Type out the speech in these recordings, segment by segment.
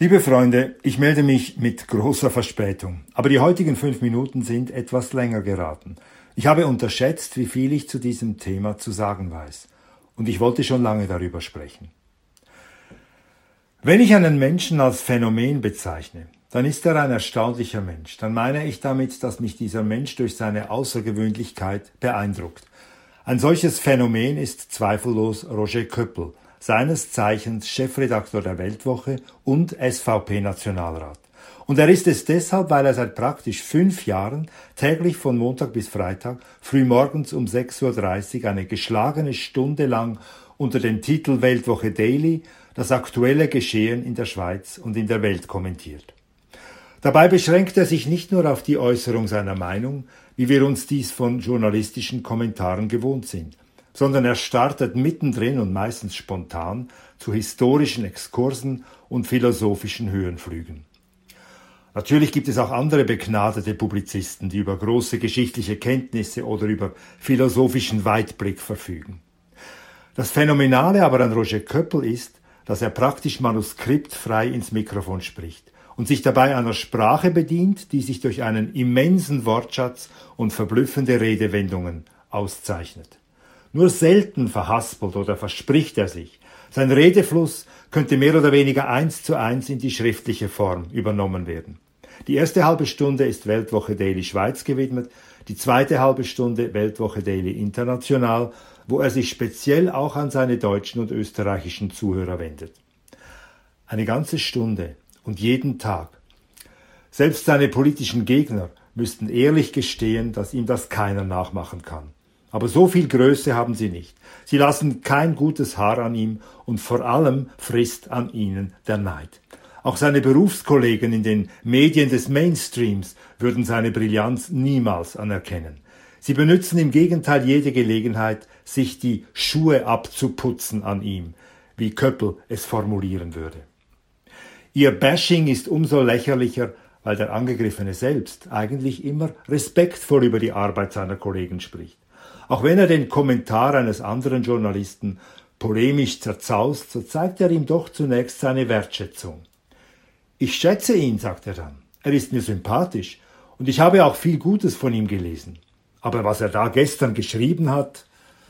Liebe Freunde, ich melde mich mit großer Verspätung, aber die heutigen 5 Minuten sind etwas länger geraten. Ich habe unterschätzt, wie viel ich zu diesem Thema zu sagen weiß, und ich wollte schon lange darüber sprechen. Wenn ich einen Menschen als Phänomen bezeichne, dann ist er ein erstaunlicher Mensch. Dann meine ich damit, dass mich dieser Mensch durch seine Außergewöhnlichkeit beeindruckt. Ein solches Phänomen ist zweifellos Roger Köppel, seines Zeichens Chefredakteur der Weltwoche und SVP-Nationalrat. Und er ist es deshalb, weil er seit praktisch 5 Jahren täglich von Montag bis Freitag frühmorgens um 6.30 Uhr eine geschlagene Stunde lang unter dem Titel Weltwoche Daily das aktuelle Geschehen in der Schweiz und in der Welt kommentiert. Dabei beschränkt er sich nicht nur auf die Äußerung seiner Meinung, wie wir uns dies von journalistischen Kommentaren gewohnt sind, sondern er startet mittendrin und meistens spontan zu historischen Exkursen und philosophischen Höhenflügen. Natürlich gibt es auch andere begnadete Publizisten, die über große geschichtliche Kenntnisse oder über philosophischen Weitblick verfügen. Das Phänomenale aber an Roger Köppel ist, dass er praktisch manuskriptfrei ins Mikrofon spricht und sich dabei einer Sprache bedient, die sich durch einen immensen Wortschatz und verblüffende Redewendungen auszeichnet. Nur selten verhaspelt oder verspricht er sich. Sein Redefluss könnte mehr oder weniger 1:1 in die schriftliche Form übernommen werden. Die erste halbe Stunde ist Weltwoche Daily Schweiz gewidmet, die zweite halbe Stunde Weltwoche Daily International, wo er sich speziell auch an seine deutschen und österreichischen Zuhörer wendet. Eine ganze Stunde und jeden Tag. Selbst seine politischen Gegner müssten ehrlich gestehen, dass ihm das keiner nachmachen kann. Aber so viel Größe haben sie nicht. Sie lassen kein gutes Haar an ihm und vor allem frisst an ihnen der Neid. Auch seine Berufskollegen in den Medien des Mainstreams würden seine Brillanz niemals anerkennen. Sie benutzen im Gegenteil jede Gelegenheit, sich die Schuhe abzuputzen an ihm, wie Köppel es formulieren würde. Ihr Bashing ist umso lächerlicher, weil der Angegriffene selbst eigentlich immer respektvoll über die Arbeit seiner Kollegen spricht. Auch wenn er den Kommentar eines anderen Journalisten polemisch zerzaust, so zeigt er ihm doch zunächst seine Wertschätzung. Ich schätze ihn, sagt er dann. Er ist mir sympathisch und ich habe auch viel Gutes von ihm gelesen. Aber was er da gestern geschrieben hat...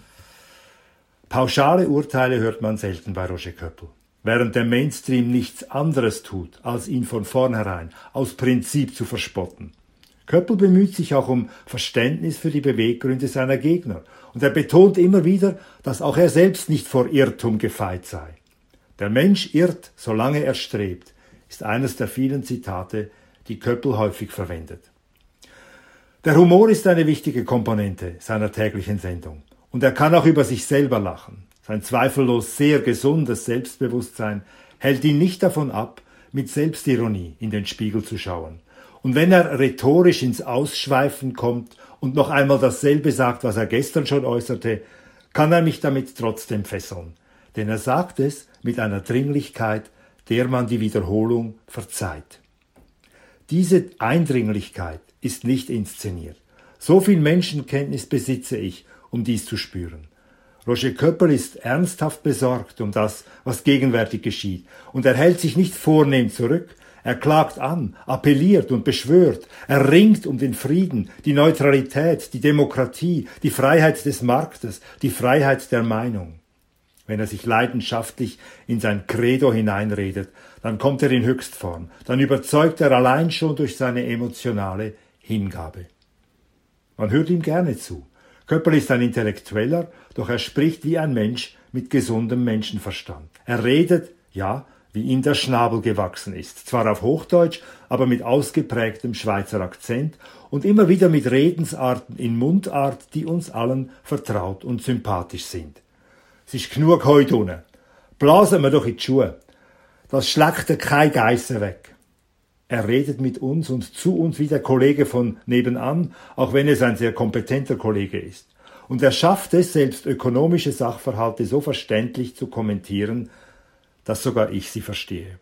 Pauschale Urteile hört man selten bei Roger Köppel. Während der Mainstream nichts anderes tut, als ihn von vornherein aus Prinzip zu verspotten. Köppel bemüht sich auch um Verständnis für die Beweggründe seiner Gegner und er betont immer wieder, dass auch er selbst nicht vor Irrtum gefeit sei. Der Mensch irrt, solange er strebt, ist eines der vielen Zitate, die Köppel häufig verwendet. Der Humor ist eine wichtige Komponente seiner täglichen Sendung und er kann auch über sich selber lachen. Sein zweifellos sehr gesundes Selbstbewusstsein hält ihn nicht davon ab, mit Selbstironie in den Spiegel zu schauen. Und wenn er rhetorisch ins Ausschweifen kommt und noch einmal dasselbe sagt, was er gestern schon äußerte, kann er mich damit trotzdem fesseln. Denn er sagt es mit einer Dringlichkeit, der man die Wiederholung verzeiht. Diese Eindringlichkeit ist nicht inszeniert. So viel Menschenkenntnis besitze ich, um dies zu spüren. Roger Köppel ist ernsthaft besorgt um das, was gegenwärtig geschieht, und er hält sich nicht vornehm zurück. Er klagt an, appelliert und beschwört. Er ringt um den Frieden, die Neutralität, die Demokratie, die Freiheit des Marktes, die Freiheit der Meinung. Wenn er sich leidenschaftlich in sein Credo hineinredet, dann kommt er in Höchstform. Dann überzeugt er allein schon durch seine emotionale Hingabe. Man hört ihm gerne zu. Köppel ist ein Intellektueller, doch er spricht wie ein Mensch mit gesundem Menschenverstand. Er redet, ja, wie ihm der Schnabel gewachsen ist, zwar auf Hochdeutsch, aber mit ausgeprägtem Schweizer Akzent und immer wieder mit Redensarten in Mundart, die uns allen vertraut und sympathisch sind. Es ist genug heute unten. Blasen wir doch in die Schuhe. Das schlägt kein Geissen weg. Er redet mit uns und zu uns wie der Kollege von nebenan, auch wenn es ein sehr kompetenter Kollege ist. Und er schafft es, selbst ökonomische Sachverhalte so verständlich zu kommentieren, dass sogar ich sie verstehe.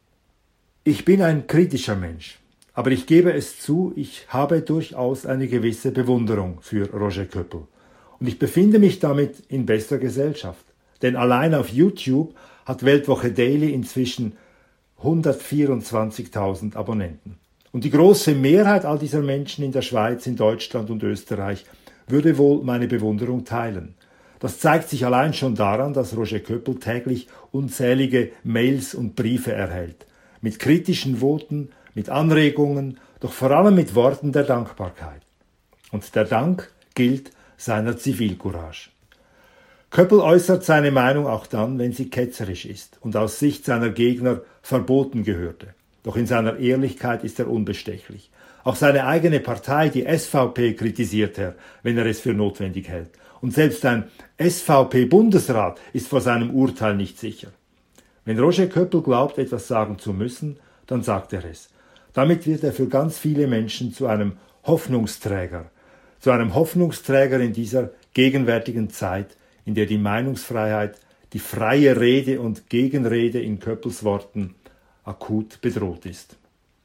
Ich bin ein kritischer Mensch, aber ich gebe es zu, ich habe durchaus eine gewisse Bewunderung für Roger Köppel. Und ich befinde mich damit in bester Gesellschaft. Denn allein auf YouTube hat Weltwoche Daily inzwischen 124.000 Abonnenten. Und die große Mehrheit all dieser Menschen in der Schweiz, in Deutschland und Österreich würde wohl meine Bewunderung teilen. Das zeigt sich allein schon daran, dass Roger Köppel täglich unzählige Mails und Briefe erhält. Mit kritischen Voten, mit Anregungen, doch vor allem mit Worten der Dankbarkeit. Und der Dank gilt seiner Zivilcourage. Köppel äußert seine Meinung auch dann, wenn sie ketzerisch ist und aus Sicht seiner Gegner verboten gehörte. Doch in seiner Ehrlichkeit ist er unbestechlich. Auch seine eigene Partei, die SVP, kritisiert er, wenn er es für notwendig hält. Und selbst ein SVP-Bundesrat ist vor seinem Urteil nicht sicher. Wenn Roger Köppel glaubt, etwas sagen zu müssen, dann sagt er es. Damit wird er für ganz viele Menschen zu einem Hoffnungsträger. Zu einem Hoffnungsträger in dieser gegenwärtigen Zeit, in der die Meinungsfreiheit, die freie Rede und Gegenrede in Köppels Worten akut bedroht ist.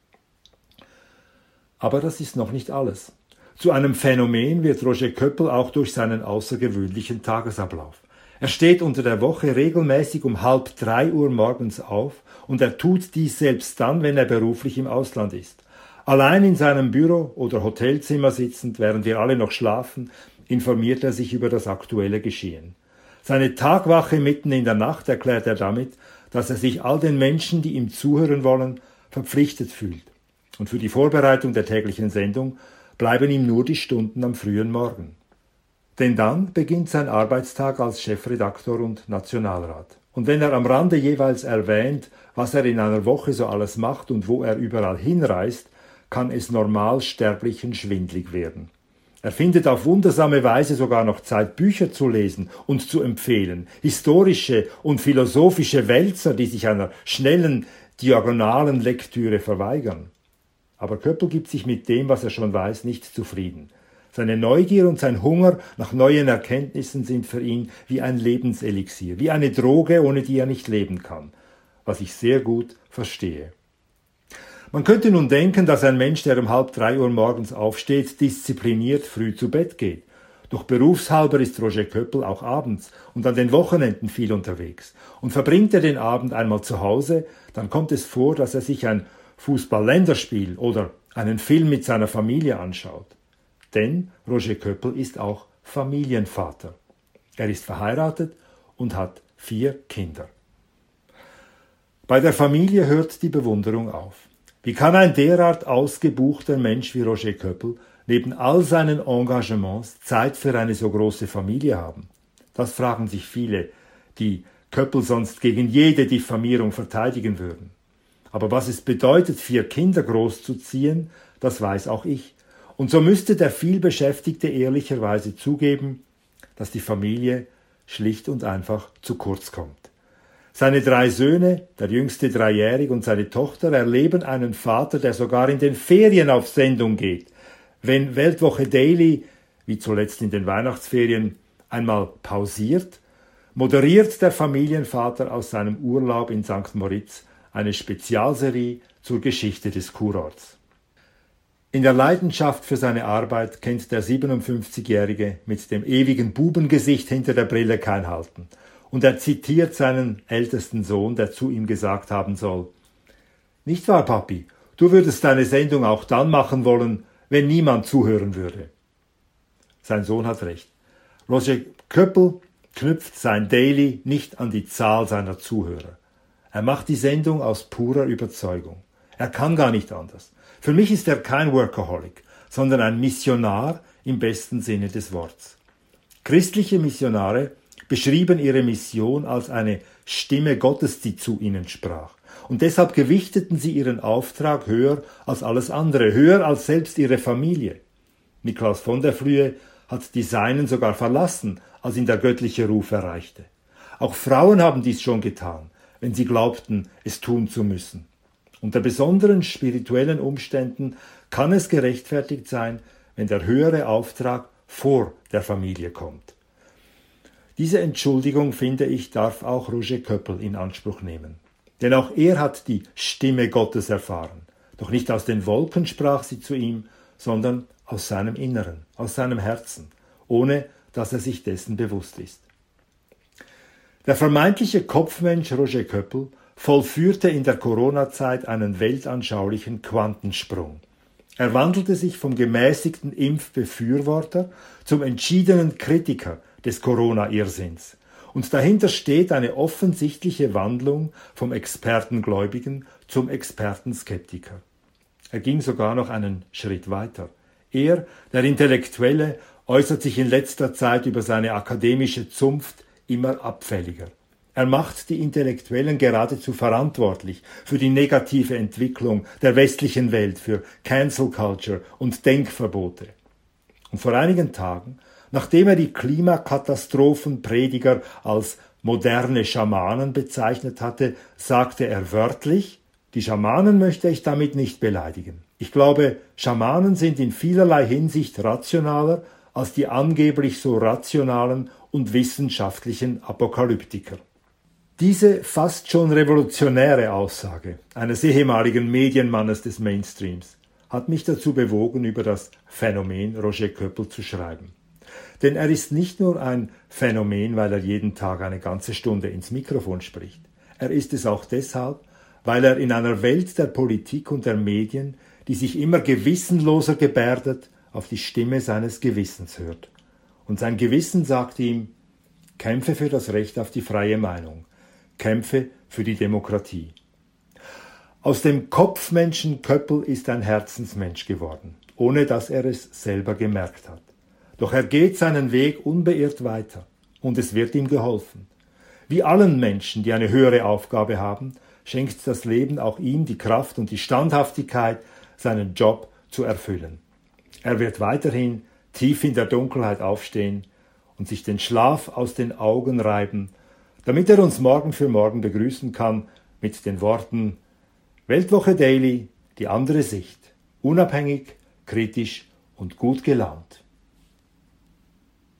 Aber das ist noch nicht alles. Zu einem Phänomen wird Roger Köppel auch durch seinen außergewöhnlichen Tagesablauf. Er steht unter der Woche regelmäßig um 2:30 Uhr morgens auf und er tut dies selbst dann, wenn er beruflich im Ausland ist. Allein in seinem Büro oder Hotelzimmer sitzend, während wir alle noch schlafen, informiert er sich über das aktuelle Geschehen. Seine Tagwache mitten in der Nacht erklärt er damit, dass er sich all den Menschen, die ihm zuhören wollen, verpflichtet fühlt. Und für die Vorbereitung der täglichen Sendung bleiben ihm nur die Stunden am frühen Morgen. Denn dann beginnt sein Arbeitstag als Chefredaktor und Nationalrat. Und wenn er am Rande jeweils erwähnt, was er in einer Woche so alles macht und wo er überall hinreist, kann es Normalsterblichen schwindlig werden. Er findet auf wundersame Weise sogar noch Zeit, Bücher zu lesen und zu empfehlen, historische und philosophische Wälzer, die sich einer schnellen, diagonalen Lektüre verweigern. Aber Köppel gibt sich mit dem, was er schon weiß, nicht zufrieden. Seine Neugier und sein Hunger nach neuen Erkenntnissen sind für ihn wie ein Lebenselixier, wie eine Droge, ohne die er nicht leben kann, was ich sehr gut verstehe. Man könnte nun denken, dass ein Mensch, der um 2:30 Uhr morgens aufsteht, diszipliniert früh zu Bett geht. Doch berufshalber ist Roger Köppel auch abends und an den Wochenenden viel unterwegs. Und verbringt er den Abend einmal zu Hause, dann kommt es vor, dass er sich ein Fußball-Länderspiel oder einen Film mit seiner Familie anschaut. Denn Roger Köppel ist auch Familienvater. Er ist verheiratet und hat 4 Kinder. Bei der Familie hört die Bewunderung auf. Wie kann ein derart ausgebuchter Mensch wie Roger Köppel neben all seinen Engagements Zeit für eine so große Familie haben? Das fragen sich viele, die Köppel sonst gegen jede Diffamierung verteidigen würden. Aber was es bedeutet, 4 Kinder großzuziehen, das weiß auch ich. Und so müsste der vielbeschäftigte ehrlicherweise zugeben, dass die Familie schlicht und einfach zu kurz kommt. Seine 3 Söhne, der jüngste 3-jährig und seine Tochter, erleben einen Vater, der sogar in den Ferien auf Sendung geht. Wenn Weltwoche Daily, wie zuletzt in den Weihnachtsferien, einmal pausiert, moderiert der Familienvater aus seinem Urlaub in St. Moritz eine Spezialserie zur Geschichte des Kurorts. In der Leidenschaft für seine Arbeit kennt der 57-Jährige mit dem ewigen Bubengesicht hinter der Brille kein Halten. Und er zitiert seinen ältesten Sohn, der zu ihm gesagt haben soll: »Nicht wahr, Papi? Du würdest deine Sendung auch dann machen wollen, wenn niemand zuhören würde.« Sein Sohn hat recht. Roger Köppel knüpft sein Daily nicht an die Zahl seiner Zuhörer. Er macht die Sendung aus purer Überzeugung. Er kann gar nicht anders. Für mich ist er kein Workaholic, sondern ein Missionar im besten Sinne des Wortes. Christliche Missionare beschrieben ihre Mission als eine Stimme Gottes, die zu ihnen sprach. Und deshalb gewichteten sie ihren Auftrag höher als alles andere, höher als selbst ihre Familie. Niklaus von der Flühe hat die Seinen sogar verlassen, als ihn der göttliche Ruf erreichte. Auch Frauen haben dies schon getan, wenn sie glaubten, es tun zu müssen. Unter besonderen spirituellen Umständen kann es gerechtfertigt sein, wenn der höhere Auftrag vor der Familie kommt. Diese Entschuldigung, finde ich, darf auch Roger Köppel in Anspruch nehmen. Denn auch er hat die Stimme Gottes erfahren. Doch nicht aus den Wolken sprach sie zu ihm, sondern aus seinem Inneren, aus seinem Herzen, ohne dass er sich dessen bewusst ist. Der vermeintliche Kopfmensch Roger Köppel vollführte in der Corona-Zeit einen weltanschaulichen Quantensprung. Er wandelte sich vom gemäßigten Impfbefürworter zum entschiedenen Kritiker des Corona-Irrsinns. Und dahinter steht eine offensichtliche Wandlung vom Expertengläubigen zum Expertenskeptiker. Er ging sogar noch einen Schritt weiter. Er, der Intellektuelle, äußert sich in letzter Zeit über seine akademische Zunft immer abfälliger. Er macht die Intellektuellen geradezu verantwortlich für die negative Entwicklung der westlichen Welt, für Cancel Culture und Denkverbote. Und vor einigen Tagen, nachdem er die Klimakatastrophenprediger als moderne Schamanen bezeichnet hatte, sagte er wörtlich: Die Schamanen möchte ich damit nicht beleidigen. Ich glaube, Schamanen sind in vielerlei Hinsicht rationaler als die angeblich so rationalen und wissenschaftlichen Apokalyptiker. Diese fast schon revolutionäre Aussage eines ehemaligen Medienmannes des Mainstreams hat mich dazu bewogen, über das Phänomen Roger Köppel zu schreiben. Denn er ist nicht nur ein Phänomen, weil er jeden Tag eine ganze Stunde ins Mikrofon spricht. Er ist es auch deshalb, weil er in einer Welt der Politik und der Medien, die sich immer gewissenloser gebärdet, auf die Stimme seines Gewissens hört. Und sein Gewissen sagt ihm: Kämpfe für das Recht auf die freie Meinung. Kämpfe für die Demokratie. Aus dem Kopfmenschen Köppel ist ein Herzensmensch geworden, ohne dass er es selber gemerkt hat. Doch er geht seinen Weg unbeirrt weiter und es wird ihm geholfen. Wie allen Menschen, die eine höhere Aufgabe haben, schenkt das Leben auch ihm die Kraft und die Standhaftigkeit, seinen Job zu erfüllen. Er wird weiterhin tief in der Dunkelheit aufstehen und sich den Schlaf aus den Augen reiben, damit er uns morgen für morgen begrüßen kann mit den Worten: Weltwoche Daily, die andere Sicht, unabhängig, kritisch und gut gelaunt.